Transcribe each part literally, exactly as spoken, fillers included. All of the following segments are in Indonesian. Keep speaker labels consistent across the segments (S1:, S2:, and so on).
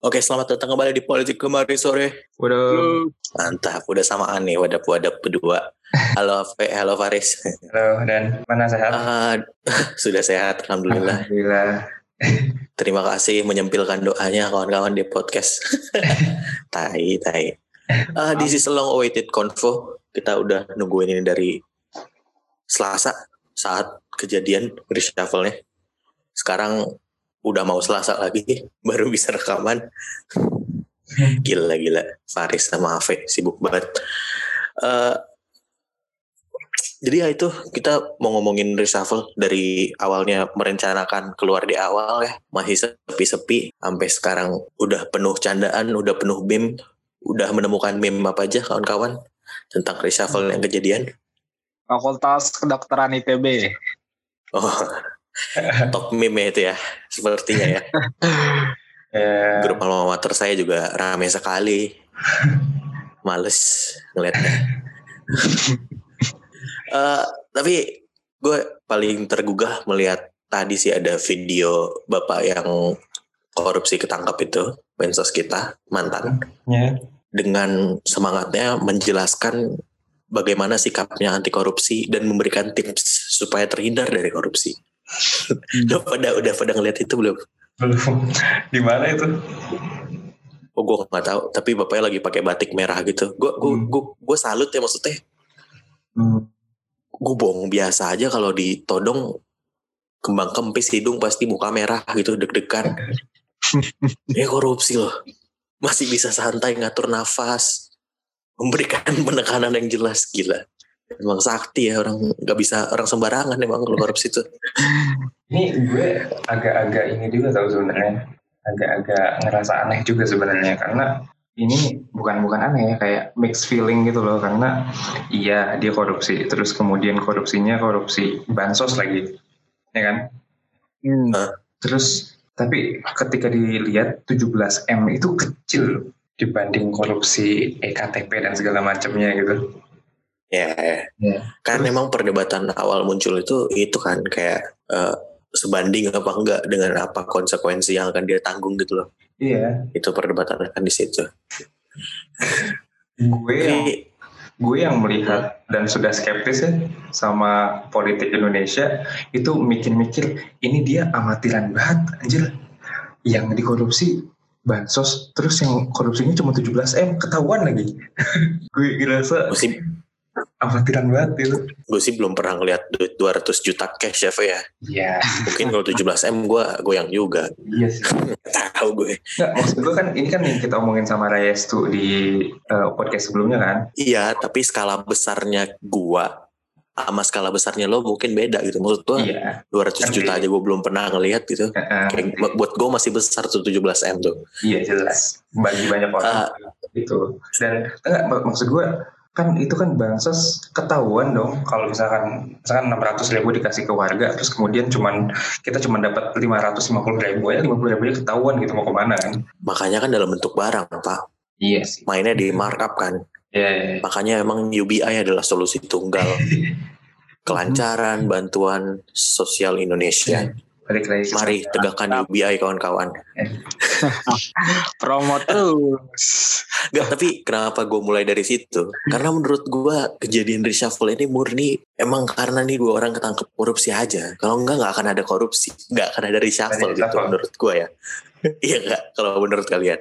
S1: Oke, selamat datang kembali di Politik Kemari Sore.
S2: Waduh.
S1: Mantap, udah samaan nih wadap-wadap berdua. Halo, Fe, halo Faris.
S2: Halo, dan mana sehat?
S1: Uh, sudah sehat, alhamdulillah.
S2: Alhamdulillah.
S1: Terima kasih menyempilkan doanya kawan-kawan di podcast. tai, tai. Uh, this is a long awaited convo. Kita udah nungguin ini dari Selasa saat kejadian reshuffle-nya. Sekarang udah mau Selasa lagi, baru bisa rekaman. Gila-gila, Faris sama Ave sibuk banget. Uh, jadi ya itu, kita mau ngomongin reshuffle dari awalnya merencanakan keluar di awal ya, masih sepi-sepi, sampai sekarang udah penuh candaan, udah penuh meme, udah menemukan meme apa aja kawan-kawan tentang reshuffle yang kejadian.
S3: Fakultas Kedokteran I T B.
S1: Oh, top meme itu ya, sepertinya ya.
S2: Yeah.
S1: Grup alma mater saya juga ramai sekali. Males ngeliatnya. uh, tapi gue paling tergugah melihat tadi sih ada video bapak yang korupsi ketangkap itu, Mensos kita, mantan.
S2: Yeah. Dengan
S1: semangatnya menjelaskan bagaimana sikapnya anti korupsi dan memberikan tips supaya terhindar dari korupsi. Udah pada udah pada ngeliat itu belum?
S2: Belum. Di mana itu?
S1: Oh, gue nggak tahu. Tapi bapaknya lagi pakai batik merah gitu. Gue gue hmm. gue gue salut ya maksudnya. Hmm. Gue bohong biasa aja kalau ditodong kembang kempis hidung pasti muka merah gitu, deg-degan. Ya korupsi loh. Masih bisa santai ngatur nafas, memberikan penekanan yang jelas. Gila. Emang sakti ya, orang nggak bisa, orang sembarangan emang kalau korupsi itu.
S2: Ini gue agak-agak ini juga tahu sebenarnya, agak-agak ngerasa aneh juga sebenarnya, karena ini bukan bukan aneh ya, kayak mixed feeling gitu loh, karena iya dia korupsi, terus kemudian korupsinya korupsi bansos lagi, ya kan? Hmm. Uh. Terus tapi ketika dilihat tujuh belas M itu kecil dibanding korupsi E K T P dan segala macamnya gitu.
S1: Ya, ya. Yeah. Kan memang perdebatan awal muncul itu itu kan kayak uh, sebanding apa enggak dengan apa konsekuensi yang akan dia tanggung gitu loh.
S2: Iya. Yeah.
S1: Itu perdebatan kan di situ.
S2: gue yang gue yang melihat dan sudah skeptis ya sama politik Indonesia itu mikir-mikir ini dia amatiran banget anjir, yang dikorupsi bansos terus yang korupsinya cuma tujuh belas M ketahuan lagi. Gue ngerasa
S1: Masih
S2: amatiran banget itu.
S1: Gue sih belum pernah ngeliat duit dua ratus juta cash ya, ya.
S2: Iya.
S1: Mungkin kalau tujuh belas M gue goyang juga.
S2: Iya sih.
S1: Tahu gue.
S2: Nggak, maksud gue kan ini kan yang kita omongin sama Reyes tuh di uh, podcast sebelumnya kan.
S1: Iya, tapi skala besarnya gue sama skala besarnya lo mungkin beda gitu. Maksud gue iya. dua ratus juta aja gue belum pernah ngelihat gitu. Uh, Kayak, buat gue masih besar tuh tujuh belas M tuh.
S2: Iya jelas. Bagi banyak orang uh, gitu. Dan enggak, maksud gue kan itu kan bansos ketahuan dong kalau misalkan misalkan enam ratus ribu dikasih ke warga terus kemudian cuman kita cuma dapat lima ratus lima puluh ribu ya lima puluh ribu nya ketahuan gitu mau kemana kan.
S1: Makanya kan dalam bentuk barang Pak.
S2: Iya sih.
S1: Mainnya di markup kan.
S2: Iya, iya.
S1: Makanya emang U B I adalah solusi tunggal kelancaran bantuan sosial Indonesia. Mari tegakkan U B I kawan-kawan.
S3: Promo terus.
S1: Gak, tapi kenapa gue mulai dari situ? Karena menurut gue kejadian reshuffle ini murni emang karena nih dua orang ketangkep korupsi aja. Kalau enggak nggak akan ada korupsi, nggak akan ada reshuffle gitu menurut gue ya. Iya nggak? Kalau menurut kalian?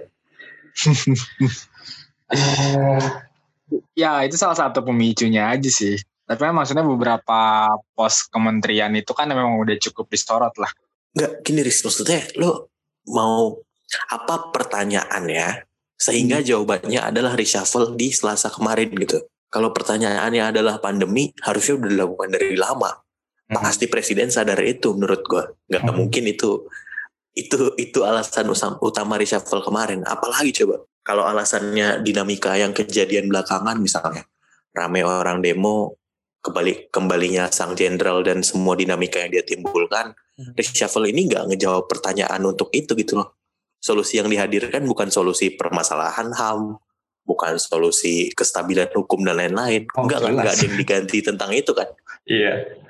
S3: Ya itu salah satu pemicunya aja sih. Tapi maksudnya beberapa pos kementerian itu kan memang udah cukup disorot lah.
S1: Enggak, gini Riz, maksudnya lo mau apa pertanyaannya sehingga hmm. jawabannya adalah reshuffle di Selasa kemarin gitu. Kalau pertanyaannya adalah pandemi, harusnya udah dilakukan dari lama. Hmm. Pasti presiden sadar itu menurut gue. Enggak hmm. mungkin itu itu itu alasan utama reshuffle kemarin. Apalagi coba kalau alasannya dinamika yang kejadian belakangan misalnya. Rame orang demo, kembali kembalinya sang jenderal dan semua dinamika yang dia timbulkan, hmm. reshuffle ini nggak ngejawab pertanyaan untuk itu gitu loh. Solusi yang dihadirkan bukan solusi permasalahan H A M, bukan solusi kestabilan hukum dan lain-lain. Oh, nggak nggak ada yang diganti tentang itu kan?
S2: Iya.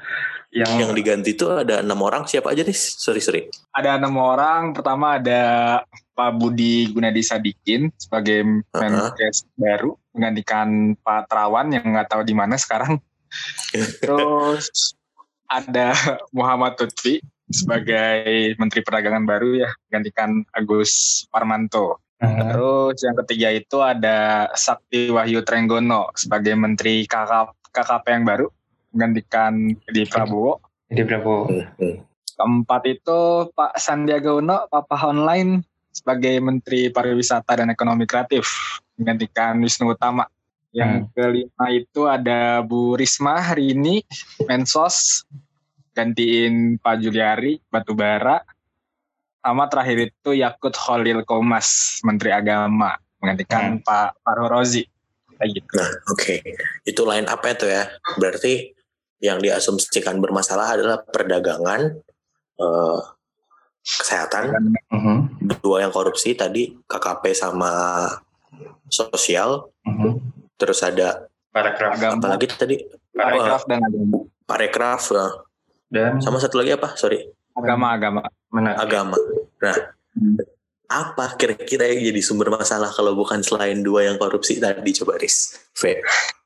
S2: Yang,
S1: yang diganti itu ada enam orang, siapa aja nih? Sorry sorry.
S3: Ada enam orang. Pertama ada Pak Budi Gunadi Sadikin sebagai Menkes uh-huh. baru menggantikan Pak Terawan yang nggak tahu di mana sekarang. Terus ada Muhammad Lutfi sebagai Menteri Perdagangan baru ya, menggantikan Agus Parmanto. Uh-huh. Terus yang ketiga itu ada Sakti Wahyu Trenggono sebagai Menteri K K P yang baru menggantikan Edi Prabowo.
S2: Edi Prabowo.
S3: Keempat itu Pak Sandiaga Uno, Papa Online sebagai Menteri Pariwisata dan Ekonomi Kreatif menggantikan Wisnu Utama. Yang hmm. kelima itu ada Bu Risma hari ini Mensos gantiin Pak Juliari Batubara. Sama terakhir itu Yakut Khalil Qomas Menteri Agama menggantikan hmm. Pak Farho Rozi. Kayak gitu.
S1: Nah, oke. Okay. Itu line up itu ya. Berarti yang diasumsikan bermasalah adalah perdagangan, eh, kesehatan, uh-huh. dua yang korupsi tadi K K P sama sosial, uh-huh. terus ada
S2: parekraf,
S1: apa lagi tadi?
S3: Parekraf dan agama.
S1: Parekraf
S2: dan
S1: sama satu lagi apa? Sorry.
S3: Agama, agama.
S1: Mana? Agama. Nah, hmm. apa kira-kira yang jadi sumber masalah kalau bukan selain dua yang korupsi tadi? Coba Riz. V.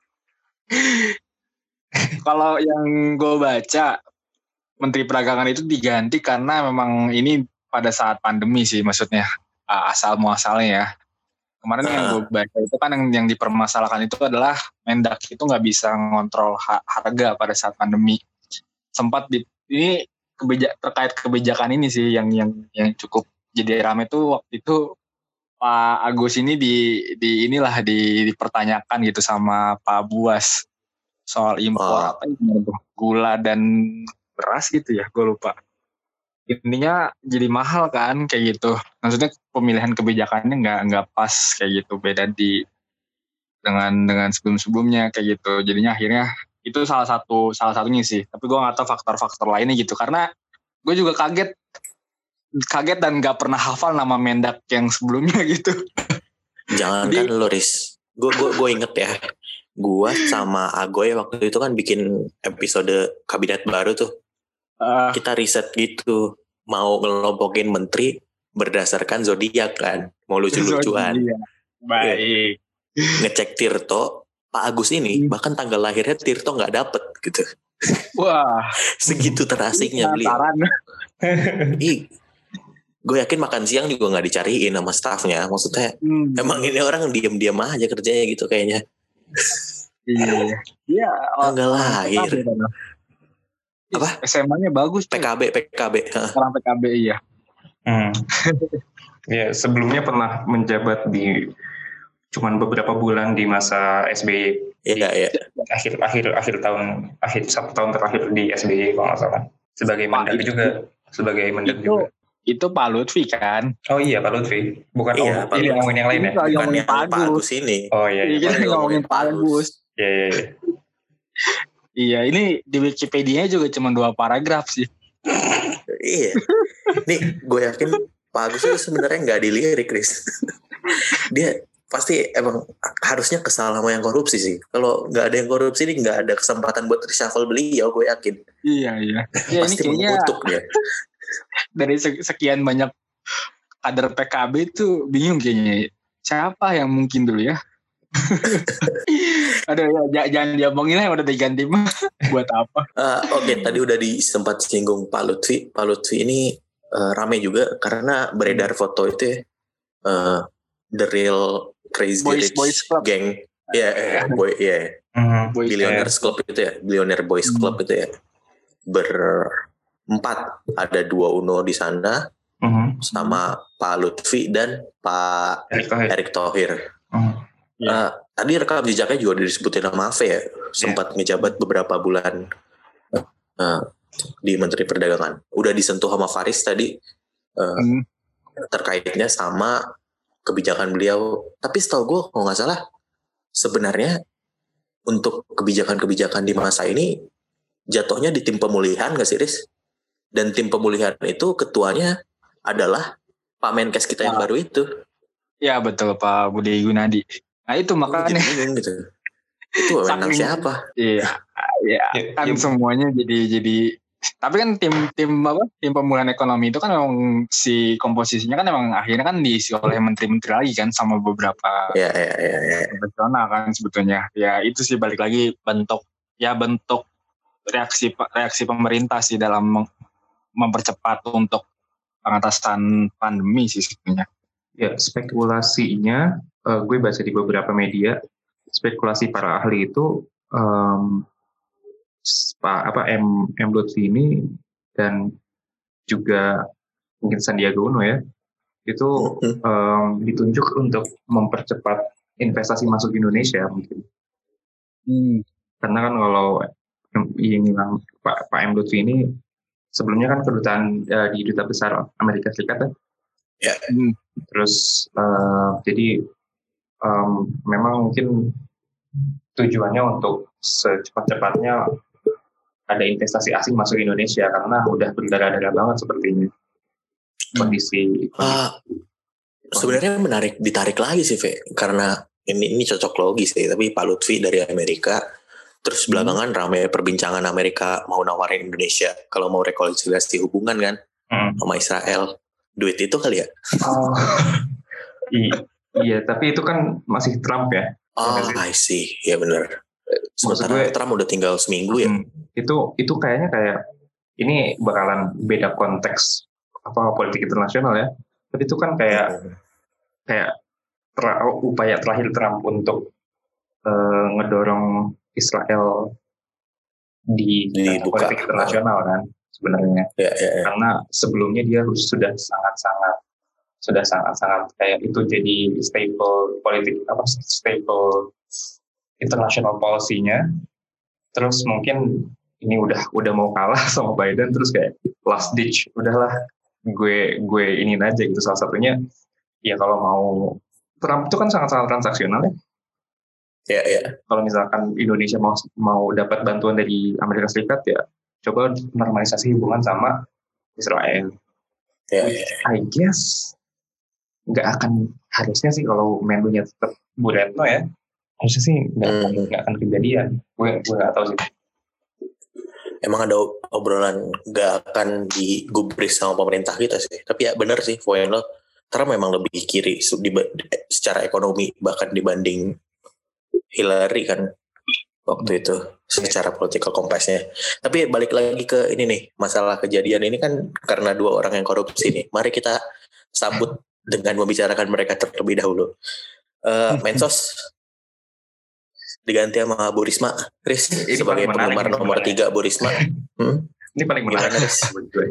S3: Kalau yang gue baca, Menteri Perdagangan itu diganti karena memang ini pada saat pandemi sih maksudnya, asal muasalnya ya. Kemarin uh. yang gue baca itu kan yang, yang dipermasalahkan itu adalah Mendak itu nggak bisa ngontrol ha- harga pada saat pandemi. Sempat di, ini kebijak, terkait kebijakan ini sih yang yang yang cukup jadi ramai tuh waktu itu Pak Agus ini di di inilah di dipertanyakan gitu sama Pak Buas soal impor oh. apa itu gula dan beras gitu ya, gue lupa. Intinya jadi mahal kan kayak gitu. Maksudnya pemilihan kebijakannya nggak nggak pas kayak gitu, beda di dengan dengan sebelum-sebelumnya kayak gitu. Jadinya akhirnya itu salah satu salah satunya sih. Tapi gue nggak tahu faktor-faktor lainnya gitu. Karena gue juga kaget kaget dan nggak pernah hafal nama Mendak yang sebelumnya gitu.
S1: Jangan kan lo Riz. Gue gue gue inget ya. Gue sama Agoy waktu itu kan bikin episode kabinet baru tuh. Uh, kita riset gitu. Mau ngelompokin menteri berdasarkan zodiak kan. Mau lucu-lucuan.
S3: Baik.
S1: Ya. Ngecek Tirto. Pak Agus ini hmm. bahkan tanggal lahirnya Tirto gak dapet gitu.
S3: Wah.
S1: Segitu terasiknya beliau. Ih. Gue yakin makan siang juga gak dicariin sama staffnya. Maksudnya hmm. emang ini orang diam-diam aja kerjanya gitu kayaknya.
S3: Iya. Iya.
S1: Tanggal lahir. Apa?
S3: S M A-nya bagus.
S1: P K B, P K B.
S3: Orang P K B iya.
S2: Hmm. Ya sebelumnya pernah menjabat di cuman beberapa bulan di masa S B Y.
S1: Iya iya.
S2: Akhir akhir akhir tahun akhir satu tahun terakhir di S B Y kalau nggak salah. Sebagai Mendak juga. Sebagai Mendak juga.
S3: Itu Pak Lutfi kan?
S2: Oh iya Pak Lutfi. Bukan
S1: iya,
S2: oh, ini ngomongin yang lain ya?
S3: Bukan yang
S1: Pak Agus ini.
S2: Oh iya.
S3: Iya, kita ngomongin Pak Agus.
S2: Iya iya iya.
S3: Iya, ini di Wikipedia juga cuma dua paragraf sih.
S1: Iya. Nih, gue yakin Pak Agus itu sebenarnya nggak dilirik, Chris. Dia pasti emang harusnya kesal sama yang korupsi sih. Kalau nggak ada yang korupsi nih nggak ada kesempatan buat reshuffle beliau, gue yakin.
S3: Iya iya. Ya,
S1: pasti
S3: ini
S1: mengutuk dia.
S3: Dari sekian banyak kader P K B itu bingung kayaknya. Siapa yang mungkin dulu ya? Aduh ya, jangan diomongin lah yang udah diganti mah. Buat apa?
S1: Uh, Oke, okay, tadi udah di sempat singgung Pak Lutfi. Pak Lutfi ini uh, rame juga karena beredar foto itu ya. Uh, the real crazy
S3: boys,
S1: rich
S3: boys
S1: gang. Ya, yeah, boy, ya. Yeah. Billionaires Club itu ya, Billionaire Boys Club mm. itu ya. Berempat, ada dua Uno di sana, mm-hmm. sama Pak Lutfi dan Pak Erick Thohir. Erick Thohir. Mm. Yeah. Uh, tadi rekam jejaknya juga disebutin nama Ave ya, sempat yeah. ngejabat beberapa bulan uh, di Menteri Perdagangan. Udah disentuh sama Faris tadi uh, mm. terkaitnya sama kebijakan beliau. Tapi setahu gue kalau nggak salah sebenarnya untuk kebijakan-kebijakan di masa ini jatuhnya di tim pemulihan nggak sih, Riz? Dan tim pemulihan itu ketuanya adalah Pak Menkes kita yang ah. baru itu.
S3: Ya betul, Pak Budi Gunadi. Nah itu makanya
S1: oh, gitu. Itu wewenang
S3: Saking-
S1: siapa?
S3: Iya, iya
S2: Ya,
S3: kan
S2: ya.
S3: semuanya jadi jadi. Tapi kan tim tim apa? Tim pemulihan ekonomi itu kan memang si komposisinya kan memang akhirnya kan diisi oleh menteri-menteri lagi kan sama beberapa
S1: Ya, ya, ya, ya.
S3: profesional kan sebetulnya. Ya itu sih balik lagi bentuk ya bentuk reaksi reaksi pemerintah sih dalam mem- mempercepat untuk pengatasan pandemi sih sebetulnya.
S2: Ya, spekulasinya, eh, gue baca di beberapa media, spekulasi para ahli itu em, spa- apa M M Lutfi ini dan juga mungkin Sandiaga Uno ya, itu
S1: Hmm.
S2: em, ditunjuk untuk mempercepat investasi masuk Indonesia mungkin.
S3: Hmm.
S2: Karena kan kalau ini Pak Pak M Lutfi ini sebelumnya kan kedutaan eh, di Duta Besar Amerika Serikat ya.
S1: Ya.
S3: Hmm.
S2: Terus eh, jadi em, memang mungkin tujuannya untuk secepat-cepatnya ada investasi asing masuk Indonesia karena udah berdarah-darah banget sepertinya kondisi.
S1: Ah, sebenarnya menarik ditarik lagi sih, Ve, karena ini ini cocok logis sih. Tapi Pak Lutfi dari Amerika, terus belakangan ramai perbincangan Amerika mau nawarin Indonesia kalau mau rekonsiliasi hubungan kan
S2: Hmm.
S1: sama Israel. Duit itu kali ya?
S2: Oh, I- iya, tapi itu kan masih Trump ya.
S1: Oh,
S2: nggak sih?
S1: I see. Ya benar. Sementara
S2: gue-
S1: Trump udah tinggal seminggu ya.
S2: Hmm, itu itu kayaknya kayak ini bakalan beda konteks apa politik internasional ya. Tapi itu kan kayak
S1: Hmm.
S2: kayak tra- upaya terakhir Trump untuk eh, ngedorong Israel di
S1: Dibuka.
S2: politik internasional kan sebenarnya.
S1: Ya, ya, ya.
S2: Karena sebelumnya dia sudah sangat-sangat sudah sangat-sangat kayak itu jadi staple politik apa staple international policy-nya. Terus mungkin ini udah udah mau kalah sama Biden, terus kayak last ditch, udahlah gue gue ini aja gitu. Salah satunya ya kalau mau Trump itu kan sangat-sangat transaksional ya.
S1: Ya, ya.
S2: Kalau misalkan Indonesia mau mau dapat bantuan dari Amerika Serikat ya coba normalisasi hubungan sama Israel.
S1: Ya,
S2: Which
S1: ya.
S2: I guess nggak akan harusnya sih kalau menlunya tetap Bu Retno ya, harusnya sih nggak akan
S1: Hmm.
S2: nggak akan kejadian. Gue gue nggak tahu sih.
S1: Emang ada obrolan gak akan digubris sama pemerintah kita sih. Tapi ya benar sih, poin lo. Trump memang lebih kiri su- di, secara ekonomi bahkan dibanding Hillary kan waktu itu secara political compass-nya. Tapi balik lagi ke ini nih, masalah kejadian ini kan karena dua orang yang korupsi nih. Mari kita sambut dengan membicarakan mereka terlebih dahulu. Uh, Mensos diganti sama Bu Risma. Riz,
S2: Ini
S1: sebagai
S2: paling menarik
S1: penggemar
S2: nih
S1: nomor
S2: sebenarnya.
S1: tiga Bu Risma. Hmm?
S2: Ini paling
S1: Gimana,
S2: menarik
S1: Riz?
S2: menurut gue.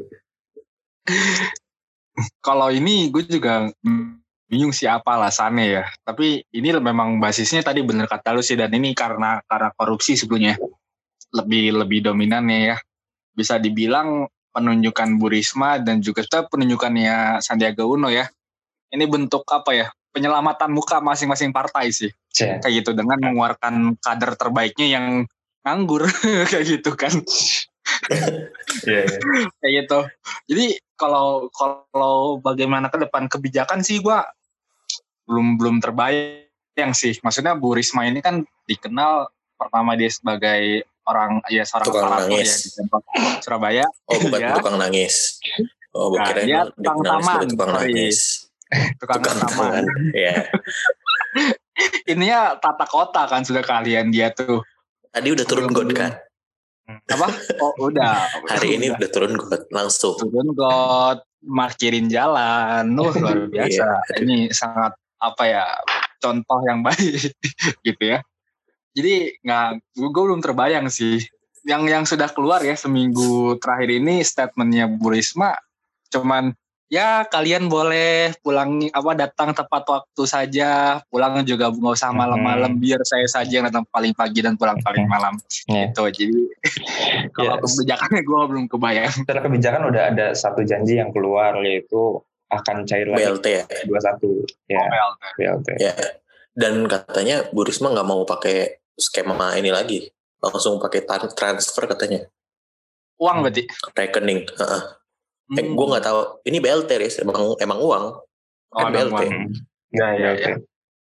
S3: Kalau ini gue juga bingung sih apa alasannya ya. Tapi ini memang basisnya tadi bener kata lu sih, dan ini karena karena korupsi sebelumnya lebih lebih dominannya ya. Bisa dibilang penunjukan Bu Risma dan juga penunjukannya Sandiaga Uno ya. Ini bentuk apa ya? Penyelamatan muka masing-masing partai sih.
S2: Cek.
S3: Kayak gitu dengan mengeluarkan kader terbaiknya yang nganggur kayak gitu kan.
S2: Iya, iya.
S3: Kayak gitu. Jadi kalau kalau bagaimana ke depan kebijakan sih gue belum belum terbayang sih. Maksudnya Bu Risma ini kan dikenal pertama dia sebagai orang ya seorang
S1: Tukang
S3: aparatur
S1: nangis.
S3: ya di Pemkot Surabaya.
S1: Oh, bukan
S3: Ya.
S1: tukang nangis. Oh,
S3: Nah,
S1: kirain
S3: dia
S1: lo
S3: tukang
S1: dikenal sebagai
S3: taman,
S1: tukang
S3: sorry.
S1: nangis.
S3: Tukang,
S1: Tukang
S3: taman.
S1: tangan. Ya.
S3: Ininya tata kota kan sudah kalian dia tuh.
S1: Tadi udah turun got kan?
S3: Apa? Oh udah.
S1: Hari ini udah turun got langsung.
S3: turun got, markirin jalan, nuh luar biasa.
S1: Iya, aduh.
S3: Ini sangat apa ya, contoh yang baik gitu ya. Jadi nggak, gue belum terbayang sih. Yang yang sudah keluar ya seminggu terakhir ini statementnya Bu Risma, cuman ya kalian boleh pulang apa datang tepat waktu saja, pulang juga nggak usah malam-malam, biar saya saja yang datang paling pagi dan pulang paling malam.
S2: Yeah.
S3: Gitu. Jadi kalau
S2: Yes.
S3: kebijakannya gue belum kebayang.
S2: Secara kebijakan udah ada satu janji yang keluar, yaitu akan cair
S1: B
S2: lagi
S1: L T ya.
S2: dua puluh satu ya B L T.
S1: Ya. Dan katanya Bu Risma nggak mau pakai skema ini lagi, langsung pakai transfer katanya.
S3: Uang berarti.
S1: Rekening. Uh-uh.
S3: Hmm.
S1: Eh, gue nggak tahu. Ini B L T Riz, emang emang uang.
S3: Oh,
S1: Kan B L T.
S3: emang uang.
S2: Ya,
S3: Ya,
S2: ya,
S3: ya.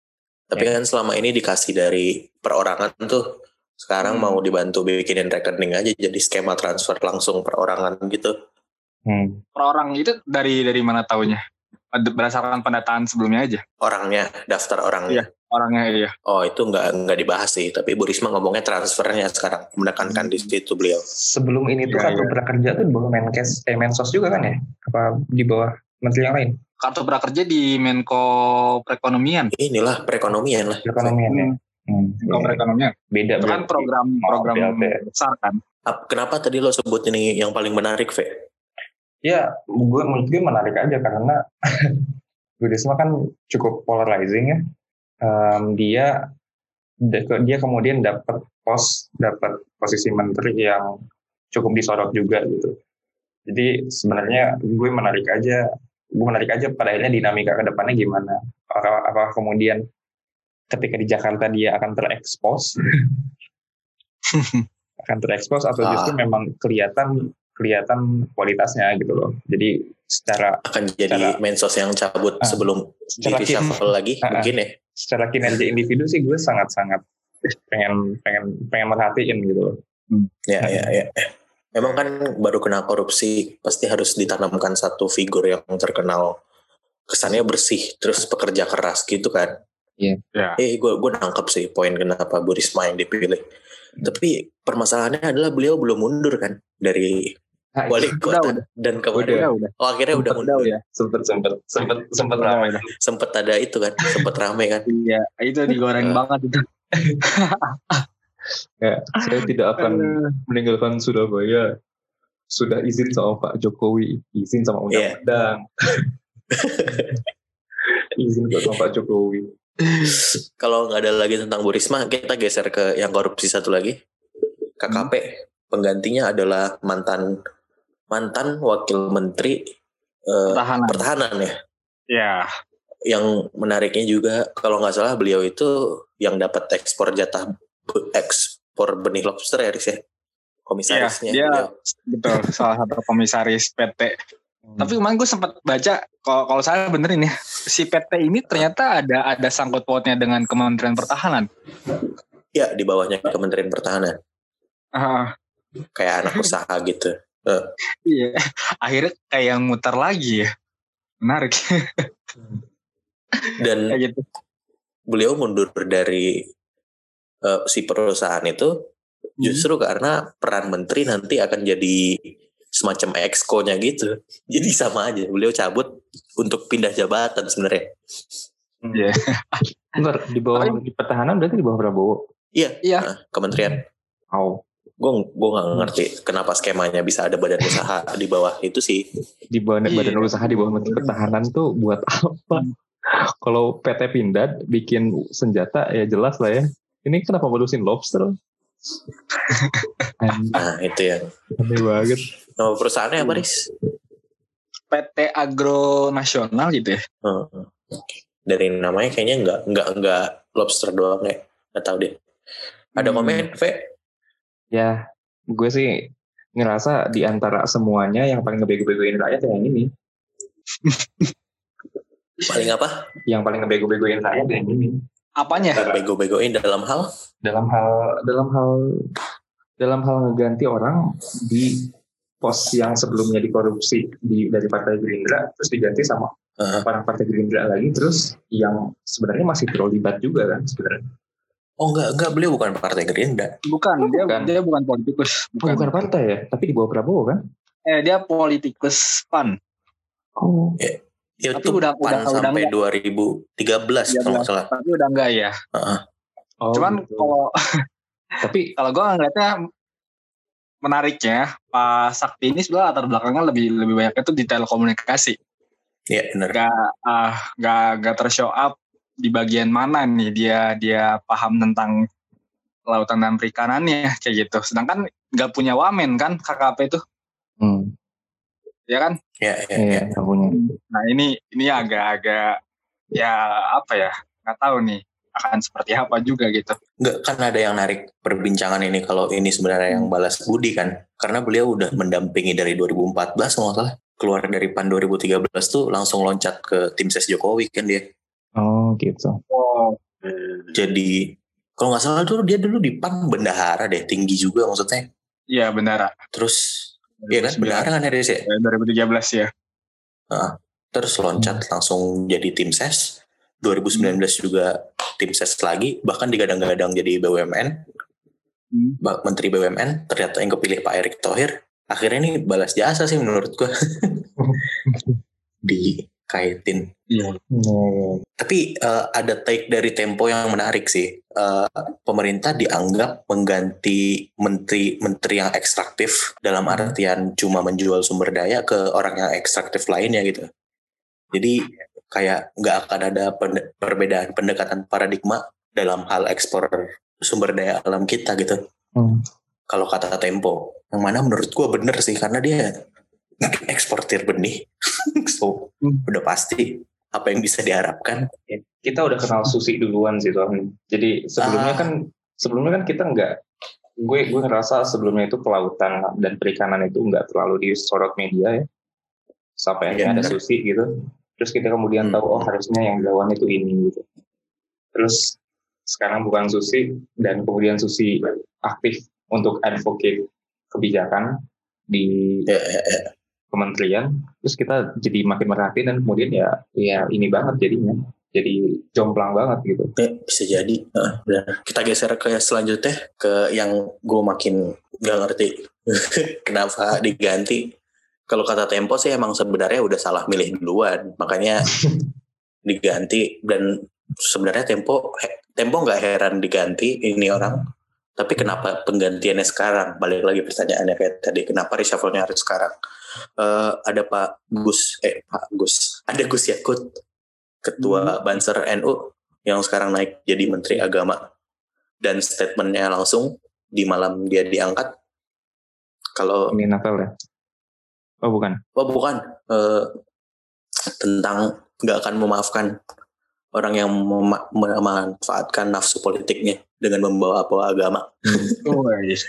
S1: Tapi kan selama ini dikasih dari perorangan tuh, sekarang
S3: Hmm.
S1: mau dibantu bikinin rekening aja jadi skema transfer langsung perorangan gitu.
S2: Hmm.
S3: Per orang itu dari dari mana taunya? Ad- Berdasarkan pendataan sebelumnya aja.
S1: Orangnya, daftar orangnya.
S3: Orangnya iya.
S1: Oh itu nggak nggak dibahas sih, tapi Bu Risma ngomongnya transfernya sekarang, menekankan di situ beliau.
S2: Sebelum ini tuh
S3: Iya,
S2: kartu
S3: iya.
S2: prakerja tuh di bawah Menkes, eh Mensos juga kan ya? Apa di bawah menteri yang lain?
S3: Kartu prakerja di Menko Perekonomian.
S1: Inilah perekonomian lah.
S2: Perekonomian ya.
S3: Hmm.
S2: Hmm.
S3: Menko Perekonomian.
S2: Beda
S3: Itu kan
S2: berarti.
S3: program
S2: Maaf,
S3: program
S2: B L T.
S3: besar kan.
S1: Ap- Kenapa tadi lo sebut ini yang paling menarik, Ve?
S2: Ya, gue menurut gue menarik aja karena Bu Risma kan cukup polarizing ya. Um, dia dia kemudian dapat pos, dapat posisi menteri yang cukup disorot juga gitu. Jadi sebenarnya gue menarik aja, gue menarik aja pada akhirnya dinamika ke depannya gimana. Apakah, apakah kemudian ketika di Jakarta dia akan terekspos, akan terekspos atau justru
S1: Ah.
S2: memang kelihatan kelihatan kualitasnya gitu loh. Jadi secara
S1: Akan jadi
S2: Secara-
S1: mensos yang cabut
S2: Ah.
S1: sebelum
S2: secara
S1: di reshuffle lagi
S2: Ah, ah.
S1: mungkin ya.
S2: secara kinerja individu sih gue sangat-sangat pengen pengen pengen merhatiin gitu loh.
S1: Ya, ya, ya. Memang kan baru kena korupsi pasti harus ditanamkan satu figur yang terkenal kesannya bersih terus pekerja keras gitu kan.
S3: Ya.
S1: Eh gue gue nangkep sih poin kenapa Bu Risma yang dipilih. Tapi permasalahannya adalah beliau belum mundur kan dari
S2: Nah,
S1: wali
S3: Udah,
S1: kota
S3: udah.
S1: dan kemarin.
S3: Udah, udah.
S1: Oh akhirnya udah
S2: Sempet,
S1: mundur.
S3: ya.
S2: sempet sempet sempet sempet
S3: Udah,
S2: ramai.
S3: udah.
S1: Sempet ada itu kan, sempet rame kan.
S3: Iya, itu digoreng
S1: Eh.
S3: banget itu.
S4: Ya, saya tidak akan meninggalkan Surabaya. Sudah izin sama Pak Jokowi, izin sama undang-undang. izin sama Pak Jokowi.
S1: Kalau nggak ada lagi tentang Bu Risma, kita geser ke yang korupsi satu lagi. K K P penggantinya adalah mantan mantan wakil menteri eh,
S3: Pertahanan.
S1: pertahanan ya.
S3: Ya,
S1: Yang menariknya juga kalau nggak salah beliau itu yang dapat ekspor jatah ekspor benih lobster ya, Riz ya. Komisarisnya.
S3: Iya, dia-
S1: beliau.
S3: betul. Salah satu komisaris P T. Tapi kemarin gue sempat baca, kalau kalau saya benerin ya, si P T ini ternyata ada ada sangkut pautnya dengan Kementerian Pertahanan.
S1: Ya di bawahnya Kementerian Pertahanan.
S3: Ah,
S1: Kayak anak usaha gitu.
S3: iya, akhirnya kayak yang muter lagi ya. Menarik.
S1: Dan
S3: Kayak gitu.
S1: beliau mundur dari uh, si perusahaan itu justru karena peran menteri nanti akan jadi semacam exco-nya gitu. Jadi sama aja, beliau cabut untuk pindah jabatan sebenarnya.
S3: Iya.
S4: Bentar, di bawah
S3: Tapi-
S4: di pertahanan berarti di bawah Prabowo.
S1: Iya,
S3: Iya.
S1: nah, kementerian.
S4: Oh,
S1: Gue gue nggak ngerti kenapa skemanya bisa ada badan usaha di bawah itu sih.
S4: di bawah
S3: Iya.
S4: badan usaha di bawah Menteri Pertahanan tuh buat apa? Kalau P T Pindad bikin senjata ya jelas lah ya. Ini kenapa modusin lobster? Aneh
S1: Nah itu ya.
S4: banget.
S1: Nama perusahaannya apa, Riz?
S3: P T Agro Nasional gitu ya.
S1: Hmm. Dari namanya kayaknya nggak nggak nggak lobster doang ya. Nggak tahu deh. Ada
S3: Hmm.
S1: komen, Ve?
S4: Ya, gue sih ngerasa di antara semuanya yang paling ngebego-begoin rakyat yang ini.
S1: Paling apa?
S4: Yang paling ngebego-begoin rakyat yang ini.
S3: Apanya?
S1: Bego-begoin dalam hal?
S4: Dalam hal dalam hal dalam hal ngeganti orang di pos yang sebelumnya dikorupsi di dari Partai Gerindra terus diganti sama
S1: Uh,
S4: orang Partai Gerindra lagi terus yang sebenarnya masih terlibat juga kan sebenarnya.
S1: oh enggak, enggak beliau bukan partai Gerindra.
S3: Bukan,
S4: Oh,
S3: dia
S4: bukan.
S3: dia bukan politikus.
S4: Bukan. bukan partai ya, tapi di bawah Prabowo kan?
S3: Eh, dia politikus PAN.
S4: Oh.
S1: Ya,
S3: Tapi
S1: itu
S3: udah-
S1: pan
S3: udah- udah
S1: sampai
S3: enggak.
S1: dua ribu tiga belas kalau nggak salah.
S3: Tapi udah enggak ya.
S4: Oh,
S3: Cuman
S4: gitu.
S3: kalau
S4: tapi
S3: kalau gue ngeliatnya menariknya Pak Sakti ini sebenarnya latar belakangnya lebih lebih banyak itu di telekomunikasi.
S1: Iya benar.
S3: Gak ah gak gak tershow up di bagian mana nih dia dia paham tentang kelautan dan perikanannya kayak gitu. Sedangkan gak punya wamen kan K K P itu,
S4: hmm,
S3: ya kan?
S1: Ya, ya,
S4: iya,
S1: ya.
S4: nggak punya.
S3: Nah ini ini agak-agak ya apa ya? Nggak tahu nih akan seperti apa juga gitu.
S1: Nggak, kan ada yang narik perbincangan ini kalau ini sebenarnya yang balas budi kan. Karena beliau udah mendampingi dari dua ribu empat belas kalau nggak salah. Keluar dari PAN dua ribu tiga belas tuh langsung loncat ke tim ses Jokowi kan dia.
S4: Oh gitu.
S3: Oh
S1: Jadi kalau nggak salah tuh dia dulu di P A N bendahara deh, tinggi juga maksudnya.
S3: Iya bendara.
S1: Terus iya kan bendahara kan ada sih.
S3: dua ribu tiga belas ya.
S1: Nah, terus loncat hmm. langsung jadi tim ses. dua ribu sembilan belas hmm. juga tim ses lagi, bahkan digadang-gadang jadi B U M N. Hmm. Menteri B U M N, ternyata yang kepilih Pak Erick Thohir. Akhirnya ini balas jasa sih menurut gue. Dikaitin.
S3: Iya.
S1: Hmm. Tapi uh, ada take dari Tempo yang menarik sih. Uh, pemerintah dianggap mengganti menteri-menteri yang ekstraktif dalam artian cuma menjual sumber daya ke orang yang ekstraktif lainnya gitu. Jadi kayak nggak akan ada pen- perbedaan pendekatan paradigma dalam hal ekspor sumber daya alam kita gitu. Hmm. Kalau kata Tempo, yang mana menurut gue bener sih karena dia eksportir benih, so hmm. udah pasti apa yang bisa diharapkan.
S4: Kita udah kenal Susi duluan sih Tuhan. Jadi sebelumnya ah. kan sebelumnya kan kita nggak, gue gue ngerasa sebelumnya itu kelautan dan perikanan itu nggak terlalu disorot media ya. Sampai ya, ada bener. Susi gitu. Terus kita kemudian hmm. tahu oh harusnya yang dilawan itu ini gitu. Terus sekarang bukan Susi dan kemudian Susi aktif untuk advocate kebijakan di
S1: ya, ya, ya.
S4: kementerian, terus kita jadi makin merhatiin dan kemudian ya ya ini banget jadinya, jadi jomplang banget gitu.
S1: Ya, bisa jadi. Nah, kita geser ke selanjutnya ke yang gue makin gak ngerti kenapa diganti. Kalau kata Tempo sih emang sebenarnya udah salah milih duluan, makanya diganti. Dan sebenarnya Tempo Tempo nggak heran diganti ini orang. Tapi kenapa penggantiannya sekarang? Balik lagi pertanyaannya kayak tadi, kenapa reshuffle-nya harus sekarang? Uh, ada Pak Gus, eh Pak Gus, ada Gus Yakut, Ketua hmm. Banser N U yang sekarang naik jadi Menteri Agama, dan statementnya langsung di malam dia diangkat. Kalau
S4: ini Natal ya? Oh bukan?
S1: Oh bukan, uh, tentang nggak akan memaafkan orang yang mem- memanfaatkan nafsu politiknya dengan membawa-bawa agama.
S3: Oh,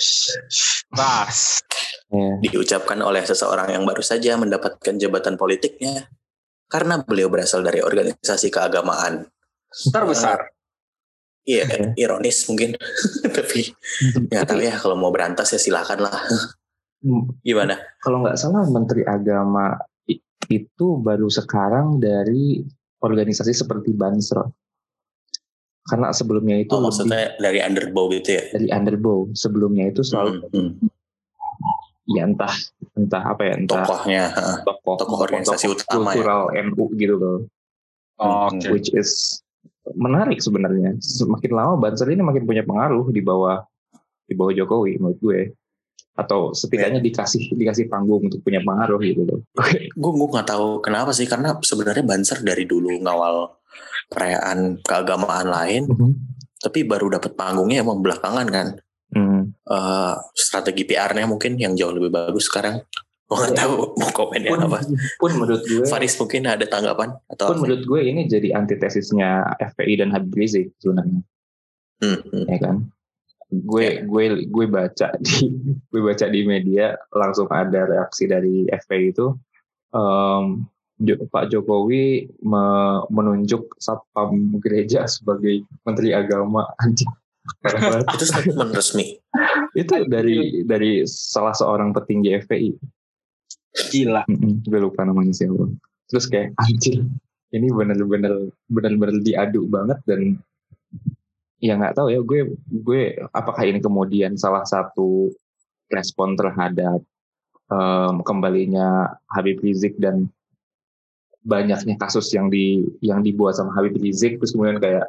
S3: pas.
S1: Diucapkan oleh seseorang yang baru saja mendapatkan jabatan politiknya karena beliau berasal dari organisasi keagamaan
S3: terbesar. Uh,
S1: iya, yeah, ironis mungkin. Tapi nggak tahu ya, kalau mau berantas ya silakan lah. Gimana?
S4: Kalau nggak salah Menteri Agama itu baru sekarang dari organisasi seperti Banser. Karena sebelumnya itu
S1: oh, maksudnya dari Underbow gitu ya?
S4: Dari Underbow. Sebelumnya itu selalu hmm, hmm. ya entah entah apa ya entah
S1: tokohnya
S4: tokoh,
S1: tokoh organisasi tokoh utama
S4: kultural ya? N U gitu loh.
S3: Oh, okay.
S4: Which is menarik sebenarnya. Semakin lama Banser ini makin punya pengaruh di bawah di bawah Jokowi menurut gue. Atau setidaknya yeah. dikasih dikasih panggung untuk punya pengaruh gitu loh.
S1: Gue gue nggak tahu kenapa sih, karena sebenarnya Banser dari dulu ngawal perayaan keagamaan lain, mm-hmm. tapi baru dapat panggungnya emang belakangan kan. Mm. Uh, strategi P R-nya mungkin yang jauh lebih bagus sekarang. Gue nggak tahu mau komennya
S4: pun,
S1: apa.
S4: Pun menurut gue,
S1: Faris mungkin ada tanggapan atau
S4: pun apa? Menurut gue ini jadi antitesisnya F P I dan Habib Rizik sebenarnya, mm-hmm. ya kan? gue yeah. gue gue baca di gue baca di media langsung ada reaksi dari F P I itu, um, Pak Jokowi me, menunjuk Satpam gereja sebagai Menteri Agama. Anjing.
S1: Itu statement resmi.
S4: Itu dari dari salah seorang petinggi F P I.
S3: Gila.
S4: Gue lupa namanya siapa. Terus kayak anjir, ini benar-benar benar-benar diadu banget. Dan ya nggak tahu ya, gue gue apakah ini kemudian salah satu respon terhadap um, kembalinya Habib Rizik dan banyaknya kasus yang di yang dibuat sama Habib Rizik, terus kemudian kayak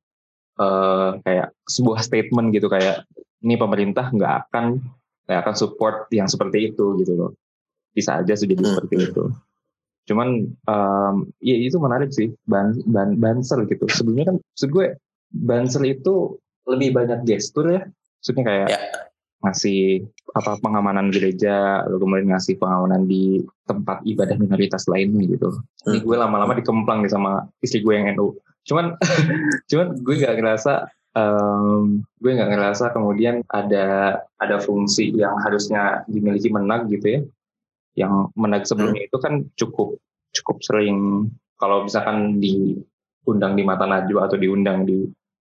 S4: uh, kayak sebuah statement gitu, kayak ini pemerintah nggak akan nggak akan support yang seperti itu gitu loh. Bisa aja jadi hmm. seperti itu. Cuman um, ya itu menarik sih, ban, ban, Banser gitu. Sebelumnya kan maksud gue Banser itu lebih banyak gestur ya, maksudnya kayak ya. ngasih apa pengamanan gereja, lalu kemudian ngasih pengamanan di tempat ibadah minoritas lainnya gitu. Hmm. Ini gue lama-lama dikemplang nih sama istri gue yang N U. Cuman, cuman gue nggak ngerasa, um, gue nggak ngerasa kemudian ada ada fungsi yang harusnya dimiliki Menag gitu ya. Yang Menag sebelumnya hmm. itu kan cukup cukup sering kalau misalkan diundang di Mata Najwa atau diundang di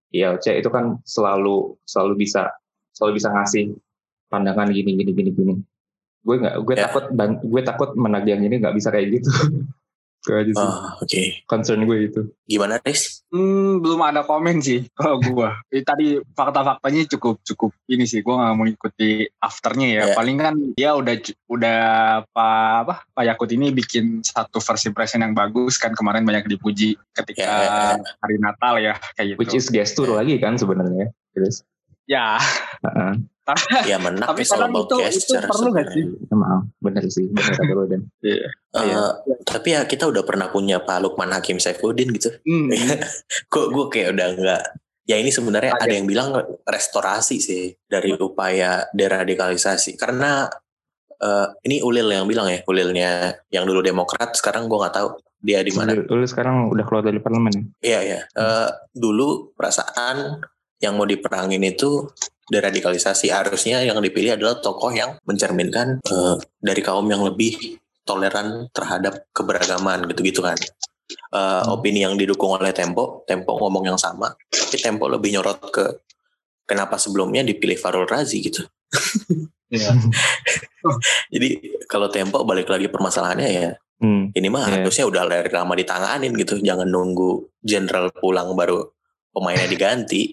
S4: I L C itu kan selalu selalu bisa selalu bisa ngasih pandangan gini gini gini gini. Gue nggak, gue
S1: Ya.
S4: takut bang, gue takut menagih yang ini nggak bisa kayak gitu. Itu aja sih.
S1: Oh, oke.
S4: Concern gue itu.
S1: Gimana, Riz?
S3: Hmm, belum ada komen sih kalau gue. Eh, tadi fakta-faktanya cukup cukup ini sih. Gue nggak mengikuti afternya ya.
S1: Ya.
S3: Paling kan dia udah udah Pak apa Pak Yakut ini bikin satu first impression yang bagus kan, kemarin banyak dipuji ketika
S1: Ya, ya, ya.
S3: hari Natal ya kayak gitu.
S4: Which is gestur
S1: Ya.
S4: lagi kan sebenarnya. Terus.
S3: Ya.
S4: Uh-uh.
S1: Ya menang
S3: Tapi
S1: is all
S3: kadang
S1: about
S3: itu itu
S1: gesture
S3: perlu nggak sih?
S1: sebenarnya.
S4: Emang bener sih, bener kata lo Dan.
S3: Iya.
S1: Eh,
S4: Iya.
S1: Tapi ya kita udah pernah punya Pak Lukman Hakim Saifuddin gitu.
S3: Hmm.
S1: Kok gue kayak udah nggak. Ya ini sebenarnya
S3: Kaget.
S1: ada yang bilang restorasi sih dari upaya deradikalisasi. Karena eh, ini Ulil yang bilang ya, Ulilnya yang dulu Demokrat, sekarang gue nggak tahu dia di mana.
S4: Lu sekarang udah keluar dari parlemen ya?
S1: Iya ya. Eh, dulu perasaan yang mau diperangin itu deradikalisasi, harusnya yang dipilih adalah tokoh yang mencerminkan eh, dari kaum yang lebih toleran terhadap keberagaman gitu-gitu kan. Eh, opini yang didukung oleh Tempo, Tempo ngomong yang sama, tapi Tempo lebih nyorot ke kenapa sebelumnya dipilih Farul Razi gitu.
S3: Iya.
S1: Jadi kalau Tempo balik lagi permasalahannya ya,
S4: Hmm.
S1: ini mah
S4: Iya.
S1: harusnya udah dari lama ditanganin gitu, jangan nunggu jenderal pulang baru pemainnya diganti.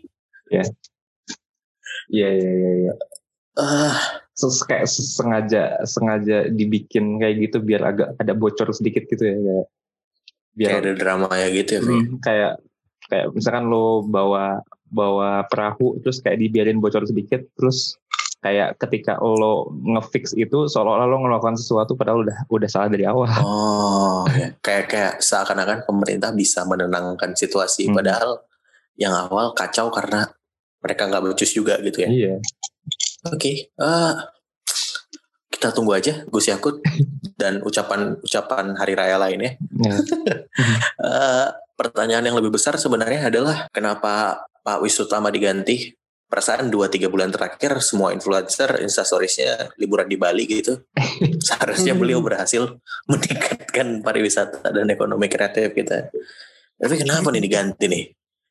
S4: Iya iya iya. iya.
S1: Ah,
S4: Terus kayak sengaja sengaja dibikin kayak gitu biar agak ada bocor sedikit gitu ya, kayak biar
S1: kayak ada drama ya gitu ya. Fe.
S4: Hmm, kayak kayak misalkan lo bawa bawa perahu terus kayak dibiarin bocor sedikit, terus kayak ketika lo ngefix itu seolah-olah lo melakukan sesuatu padahal udah udah salah dari awal.
S1: Oh, ya. kayak kayak seakan-akan pemerintah bisa menenangkan situasi,
S4: Hmm.
S1: padahal yang awal kacau karena mereka nggak becus juga gitu ya.
S4: Iya.
S1: Oke, eh, kita tunggu aja Gus Yakut dan ucapan-ucapan hari raya lainnya.
S4: Ya.
S1: Eh, pertanyaan yang lebih besar sebenarnya adalah kenapa Pak Wisutama diganti? Perasaan dua tiga bulan terakhir semua influencer instastoriesnya liburan di Bali gitu. Seharusnya beliau berhasil meningkatkan pariwisata dan ekonomi kreatif kita. Tapi kenapa nih diganti nih?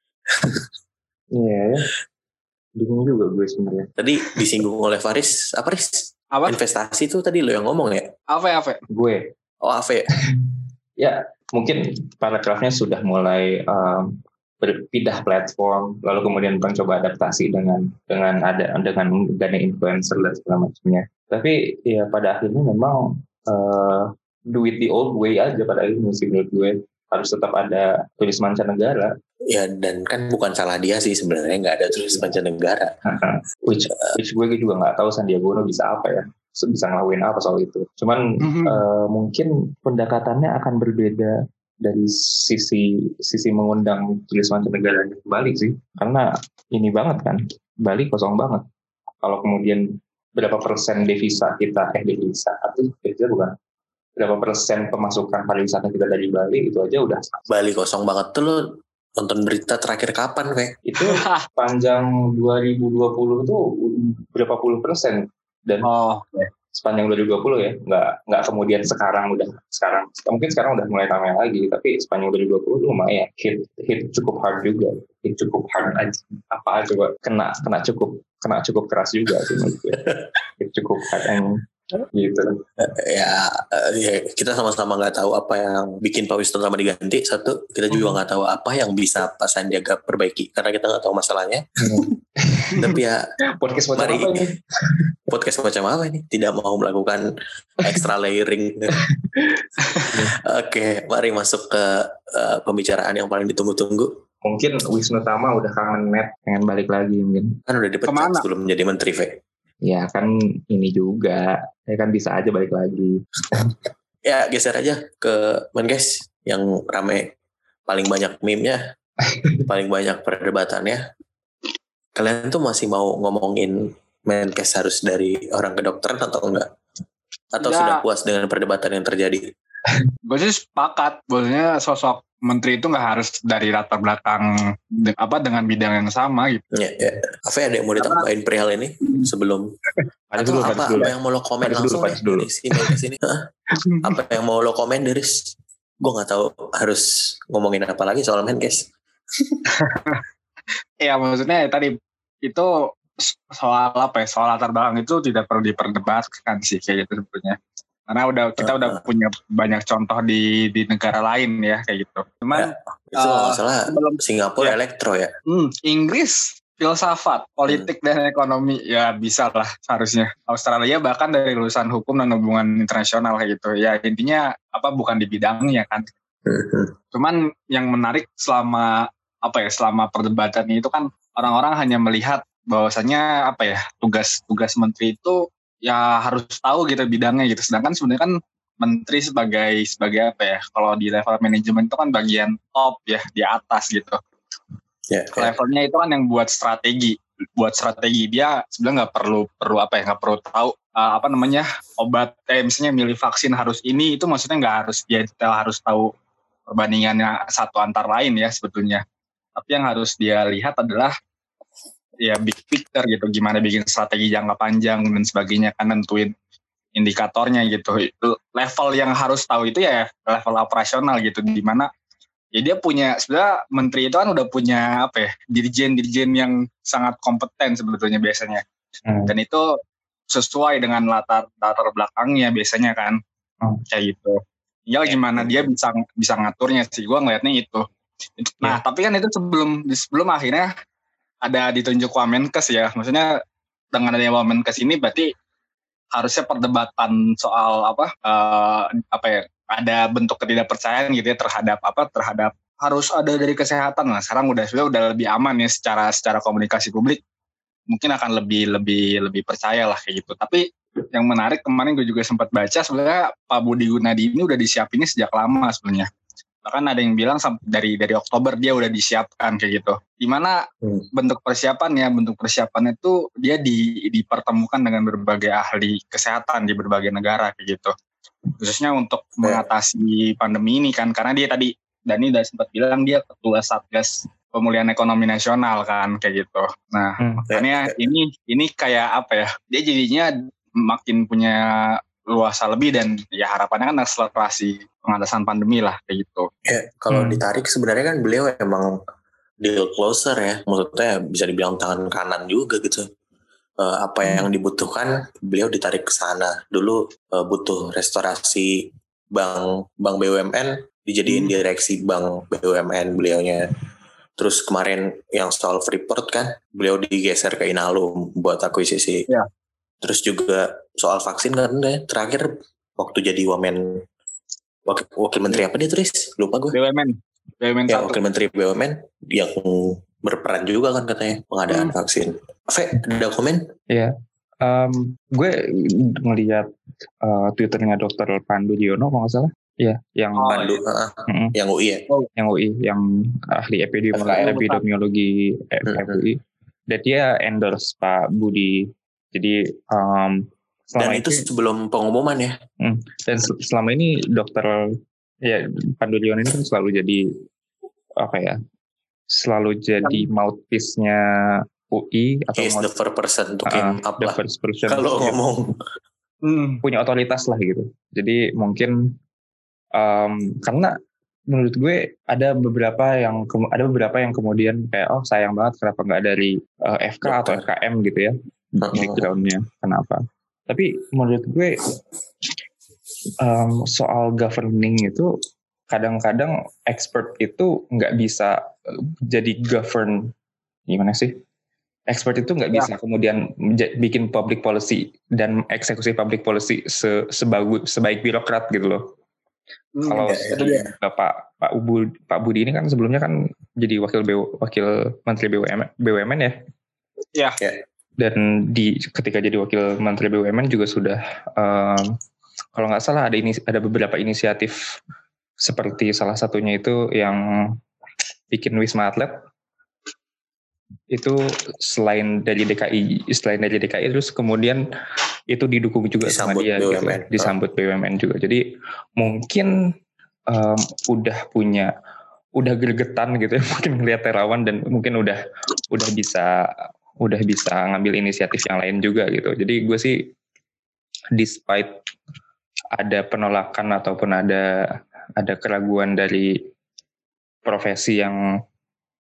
S4: Iya. ya. Bingung juga gue sebenarnya.
S1: Tadi disinggung oleh Faris. Apa Faris?
S3: Apa?
S1: Investasi itu tadi lo yang ngomong ya?
S3: Apa ya, Fe?
S4: Gue
S1: Oh, Ave.
S4: ya mungkin paragrafnya sudah mulai um, berpindah platform, lalu kemudian mencoba adaptasi dengan dengan ada dengan adanya influencer dan segala macamnya. Tapi ya pada akhirnya memang uh, do it the old way aja pada akhirnya sih menurut gue, harus tetap ada turis mancanegara.
S1: Ya, dan kan bukan salah dia sih sebenarnya, nggak ada turis mancanegara.
S4: which which gue juga nggak tahu Sandiaga Uno bisa apa ya, bisa ngelakuin apa soal itu. Cuman
S3: Mhm.
S4: uh, mungkin pendekatannya akan berbeda dari sisi sisi mengundang turis mancanegara ke Bali sih, karena ini banget kan, Bali kosong banget. Kalau kemudian berapa persen devisa kita eh devisa atau devisa bukan berapa persen pemasukan pariwisata kita dari Bali, itu aja udah
S1: Bali kosong banget tuh. Lo nonton berita terakhir kapan, Fe?
S4: itu panjang dua ribu dua puluh tuh berapa puluh persen, dan
S3: Oh,
S4: sepanjang dua ribu dua puluh ya, nggak nggak kemudian sekarang udah sekarang mungkin sekarang udah mulai ramai lagi, tapi sepanjang dua ribu dua puluh tuh lumayan hit hit cukup hard juga, hit cukup hard aja, apa coba kena kena cukup kena cukup keras juga sih menurut gue. Hit cukup hard yang gitu.
S1: Ya, eh, ya kita sama-sama nggak tahu apa yang bikin Pak Wisutama diganti. Satu, kita juga nggak tahu apa yang bisa Pak Sandiaga perbaiki karena kita nggak tahu masalahnya. Tapi ya
S4: Podcast macam
S1: Mari.
S4: apa ini?
S1: podcast macam apa ini? Tidak mau melakukan extra layering. Oke, mari masuk ke eh, pembicaraan yang paling ditunggu-tunggu.
S4: Mungkin Wisnu Tama udah kangen net, pengen balik lagi mungkin.
S1: Kan udah dipecat
S3: Kemana?
S1: sebelum menjadi menteri, Fe.
S4: Ya kan ini juga, ya kan bisa aja balik lagi.
S1: Ya, geser aja ke Menkes yang rame, paling banyak meme-nya, paling banyak perdebatannya. Kalian tuh masih mau ngomongin Menkes harus dari orang kedokteran atau enggak? Atau
S3: Ya.
S1: sudah puas dengan perdebatan yang terjadi?
S3: gue sih sepakat. Maksudnya sosok menteri itu nggak harus dari latar belakang de- apa dengan bidang yang sama gitu.
S1: Ya, ya. Ave, ada yang mau ditambahin perihal ini sebelum
S4: Paris
S1: atau
S4: dulu,
S1: apa,
S4: Paris dulu.
S1: apa yang mau lo komen
S4: Paris dulu,
S1: langsung
S4: Paris
S1: deh
S4: dulu.
S1: dari si Menkes ini? Hah? Apa yang mau lo komen dari? Gue nggak tahu harus ngomongin apa lagi soal Menkes.
S3: ya maksudnya tadi itu soal apa ya, soal latar belakang itu tidak perlu diperdebatkan sih kayak gitu sebetulnya. Karena udah kita udah punya banyak contoh di di negara lain ya kayak gitu. Cuman
S1: ya, itu uh, nggak salah sebelum, Singapura ya. Elektro ya.
S3: Hmm, Inggris filsafat, politik hmm. dan ekonomi ya bisa lah harusnya. Australia bahkan dari lulusan hukum dan hubungan internasional kayak gitu. Ya intinya apa bukan di bidangnya kan. Hmm. Cuman yang menarik selama apa ya selama perdebatan itu kan orang-orang hanya melihat bahwasanya apa ya tugas-tugas menteri itu ya harus tahu gitu bidangnya gitu. Sedangkan sebenarnya kan menteri sebagai sebagai apa ya? Kalau di level manajemen itu kan bagian top ya di atas gitu. Yeah, yeah. Levelnya itu kan yang buat strategi, buat strategi dia sebenarnya nggak perlu perlu apa ya nggak perlu tahu uh, apa namanya obat. Eh misalnya milih vaksin harus ini itu maksudnya nggak harus dia detail harus tahu perbandingannya satu antar lain ya sebetulnya. Tapi yang harus dia lihat adalah ya big picture gitu, gimana bikin strategi jangka panjang dan sebagainya kan nentuin indikatornya gitu. Itu level yang harus tahu itu ya level operasional gitu, di mana ya dia punya sebenarnya menteri itu kan udah punya apa ya dirjen-dirjen yang sangat kompeten sebetulnya biasanya. Hmm. Dan itu sesuai dengan latar latar belakangnya biasanya kan. Hmm. Kayak gitu. Ya gimana dia bisa bisa ngaturnya sih, gue ngeliatnya itu. Nah, yeah. Tapi kan itu sebelum sebelum akhirnya ada ditunjuk Wamenkes ya, maksudnya dengan adanya Wamenkes ini berarti harusnya perdebatan soal apa uh, apa ya ada bentuk ketidakpercayaan gitu ya terhadap apa terhadap harus ada dari kesehatan. Nah sekarang udah sudah udah lebih aman ya secara secara komunikasi publik mungkin akan lebih lebih lebih percaya lah kayak gitu. Tapi yang menarik kemarin gue juga sempat baca sebenarnya Pak Budi Gunadi ini udah disiapinnya sejak lama sebenarnya. Bahkan ada yang bilang dari dari Oktober dia udah disiapkan kayak gitu. Dimana hmm. bentuk persiapannya, bentuk persiapannya itu dia di, dipertemukan dengan berbagai ahli kesehatan di berbagai negara kayak gitu. Khususnya untuk hmm. mengatasi pandemi ini kan, karena dia tadi Dani udah sempat bilang dia ketua Satgas Pemulihan Ekonomi Nasional kan kayak gitu. Nah hmm. makanya ini ini kayak apa ya? Dia jadinya makin punya luasa lebih dan ya harapannya kan akselerasi pengatasan pandemi lah kayak gitu.
S1: Ya, kalau hmm. ditarik sebenarnya kan beliau emang deal closer ya, maksudnya bisa dibilang tangan kanan juga gitu. Uh, apa hmm. yang dibutuhkan beliau ditarik ke sana. Dulu uh, butuh restorasi bank bank B U M N dijadiin hmm. direksi bank B U M N beliaunya. Terus kemarin yang soal Freeport kan beliau digeser ke Inalum buat akuisisi. Ya. Terus juga soal vaksin kan deh, terakhir waktu jadi wamen wakil, wakil menteri apa dia tulis lupa gue.
S3: B U M N. B U M N
S1: ya, wakil menteri B U M N yang berperan juga kan katanya pengadaan hmm. vaksin. Fe, ada komen?
S4: Iya. Um, gue ngelihat uh, Twitternya Dokter Pandu Diono kalau nggak salah. Iya, yang
S1: oh, Pandu, uh, uh, yang U I ya.
S4: Oh. Yang U I, yang ahli epidemiologi, epidemiologi hmm. F U I. Dan dia endorse Pak Budi. Jadi um,
S1: dan itu ini, sebelum pengumuman ya.
S4: Hmm, dan selama ini dokter ya Pandu Diono ini kan selalu jadi apa ya? Selalu jadi mouthpiece-nya U I atau
S1: is the first person to
S4: uh,
S1: up
S4: the
S1: lah.
S4: First person
S1: kalau ngomong
S4: hmm, punya otoritas lah gitu. Jadi mungkin um, karena menurut gue ada beberapa yang ada beberapa yang kemudian kayak oh sayang banget kenapa nggak dari uh, F K Dokter. Atau F K M gitu ya. Background-nya kenapa? Tapi menurut gue um, soal governing itu kadang-kadang expert itu nggak bisa jadi govern gimana sih? Expert itu nggak bisa ya. Kemudian bikin public policy dan eksekusi public policy se sebagus sebaik birokrat gitu loh. Hmm, Kalau ya, ya, ya. Bapak Pak Ubu Pak Budi ini kan sebelumnya kan jadi wakil B U, wakil menteri B U M N, B U M N ya?
S3: Ya.
S1: ya.
S4: Dan di ketika jadi wakil menteri B U M N juga sudah um, kalau nggak salah ada ini ada beberapa inisiatif seperti salah satunya itu yang bikin Wisma Atlet itu selain dari D K I selain dari D K I terus kemudian itu didukung juga
S1: disambut
S4: sama dia
S1: B U M N.
S4: gitu, disambut B U M N juga. Jadi mungkin um, udah punya udah gregetan gitu ya mungkin ngelihat relawan dan mungkin udah udah bisa udah bisa ngambil inisiatif yang lain juga gitu. Jadi gue sih despite ada penolakan ataupun ada ada keraguan dari profesi yang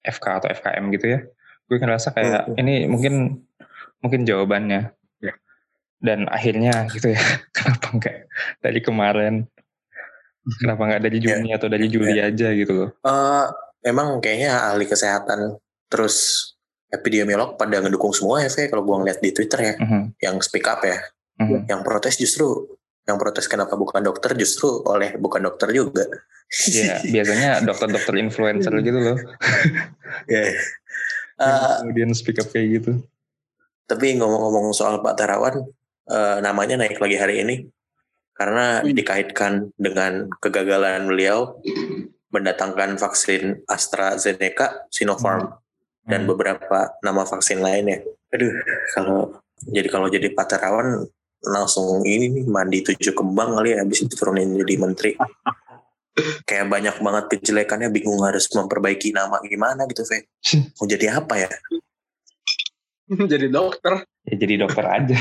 S4: F K atau F K M gitu ya, gue ngerasa kayak hmm. ini mungkin mungkin jawabannya ya. Dan akhirnya gitu ya, kenapa enggak dari kemarin, kenapa enggak dari Juni ya. atau dari Juli ya. aja gitu loh.
S1: Uh, emang kayaknya ahli kesehatan terus epidemiolog pada ngedukung semua ya, Fe, kalau gue ngeliat di Twitter ya, uh-huh. yang speak up ya, uh-huh. yang protes justru, yang protes kenapa bukan dokter justru oleh bukan dokter juga.
S4: Iya, biasanya dokter-dokter influencer gitu loh.
S1: Yeah. Uh,
S4: kemudian speak up kayak gitu.
S1: Tapi ngomong-ngomong soal Pak Terawan, uh, namanya naik lagi hari ini karena dikaitkan dengan kegagalan beliau mendatangkan vaksin AstraZeneca, Sinopharm, hmm. dan beberapa nama vaksin lainnya. Aduh, kalau jadi kalau jadi Pak Terawan langsung ini nih mandi tujuh kembang kali ya, habis diturunin jadi menteri. Kayak banyak banget kejelekannya, bingung harus memperbaiki nama gimana gitu, Fe. Mau jadi apa ya?
S3: Jadi dokter.
S4: Ya jadi dokter aja.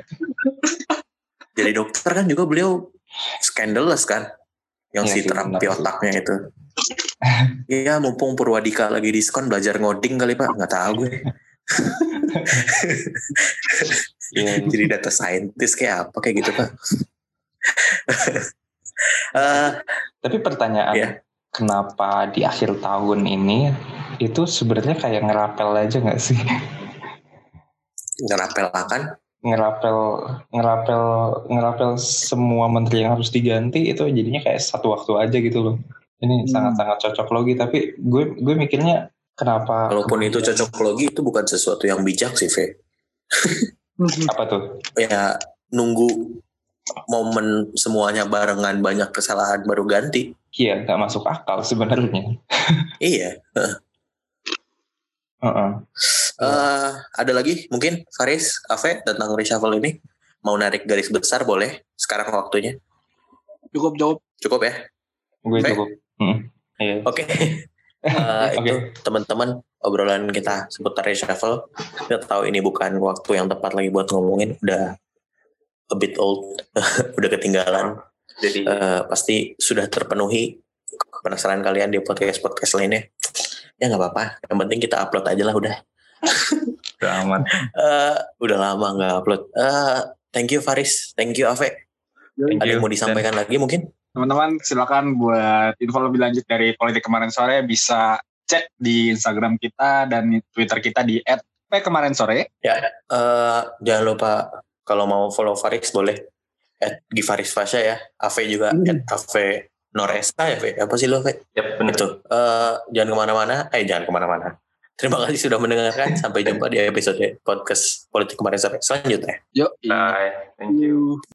S1: Jadi dokter kan juga beliau scandalous kan, yang ya, si terapi otaknya itu. Iya, mumpung Purwadika lagi diskon belajar ngoding kali Pak, nggak tahu gue. Ya, jadi data scientist kayak apa kayak gitu Pak.
S4: uh, Tapi pertanyaan, yeah. kenapa di akhir tahun ini itu sebenarnya kayak ngerapel aja nggak sih?
S1: Ngerapel kan?
S4: Ngerapel, ngerapel, ngerapel semua menteri yang harus diganti itu jadinya kayak satu waktu aja gitu loh. Ini hmm. sangat-sangat cocok logi, tapi gue gue mikirnya kenapa?
S1: Walaupun itu cocok logi itu bukan sesuatu yang bijak sih, Fe.
S4: Apa tuh?
S1: Ya nunggu momen semuanya barengan banyak kesalahan baru ganti.
S4: Iya, nggak masuk akal sebenarnya.
S1: Iya.
S4: Uh-uh.
S1: Uh, ada lagi mungkin Faris, Ave tentang reshuffle ini mau narik garis besar boleh sekarang waktunya.
S3: Cukup cukup
S1: cukup ya.
S4: Gue cukup. Hmm.
S1: Iya. Oke. Uh, okay. Itu teman-teman obrolan kita seputar reshuffle. Kita tahu ini bukan waktu yang tepat lagi buat ngomongin, udah a bit old, udah ketinggalan. Jadi uh, pasti sudah terpenuhi penasaran kalian di podcast-podcast lainnya. Ya nggak apa-apa, yang penting kita upload aja lah udah.
S4: Udah aman.
S1: uh, udah lama nggak upload. Uh, thank you Faris, thank you Ave. Thank Ada you. Yang mau disampaikan Dan... lagi mungkin?
S3: Teman-teman silakan buat info lebih lanjut dari Politik Kemarin Sore bisa cek di Instagram kita dan Twitter kita di et pe kemarin sore.
S1: Ya, uh, jangan lupa kalau mau follow Faris boleh et gifaris fasya ya. Ave juga hmm. et ave Noresta ya, Fe? Apa sih lo, Fe?
S4: Yap, benar.
S1: Itu. Uh, jangan kemana-mana. Eh, jangan kemana-mana. Terima kasih sudah mendengarkan. Sampai jumpa di episode podcast Politik Kemarin Sore selanjutnya.
S3: Yuk.
S4: Bye. Thank you.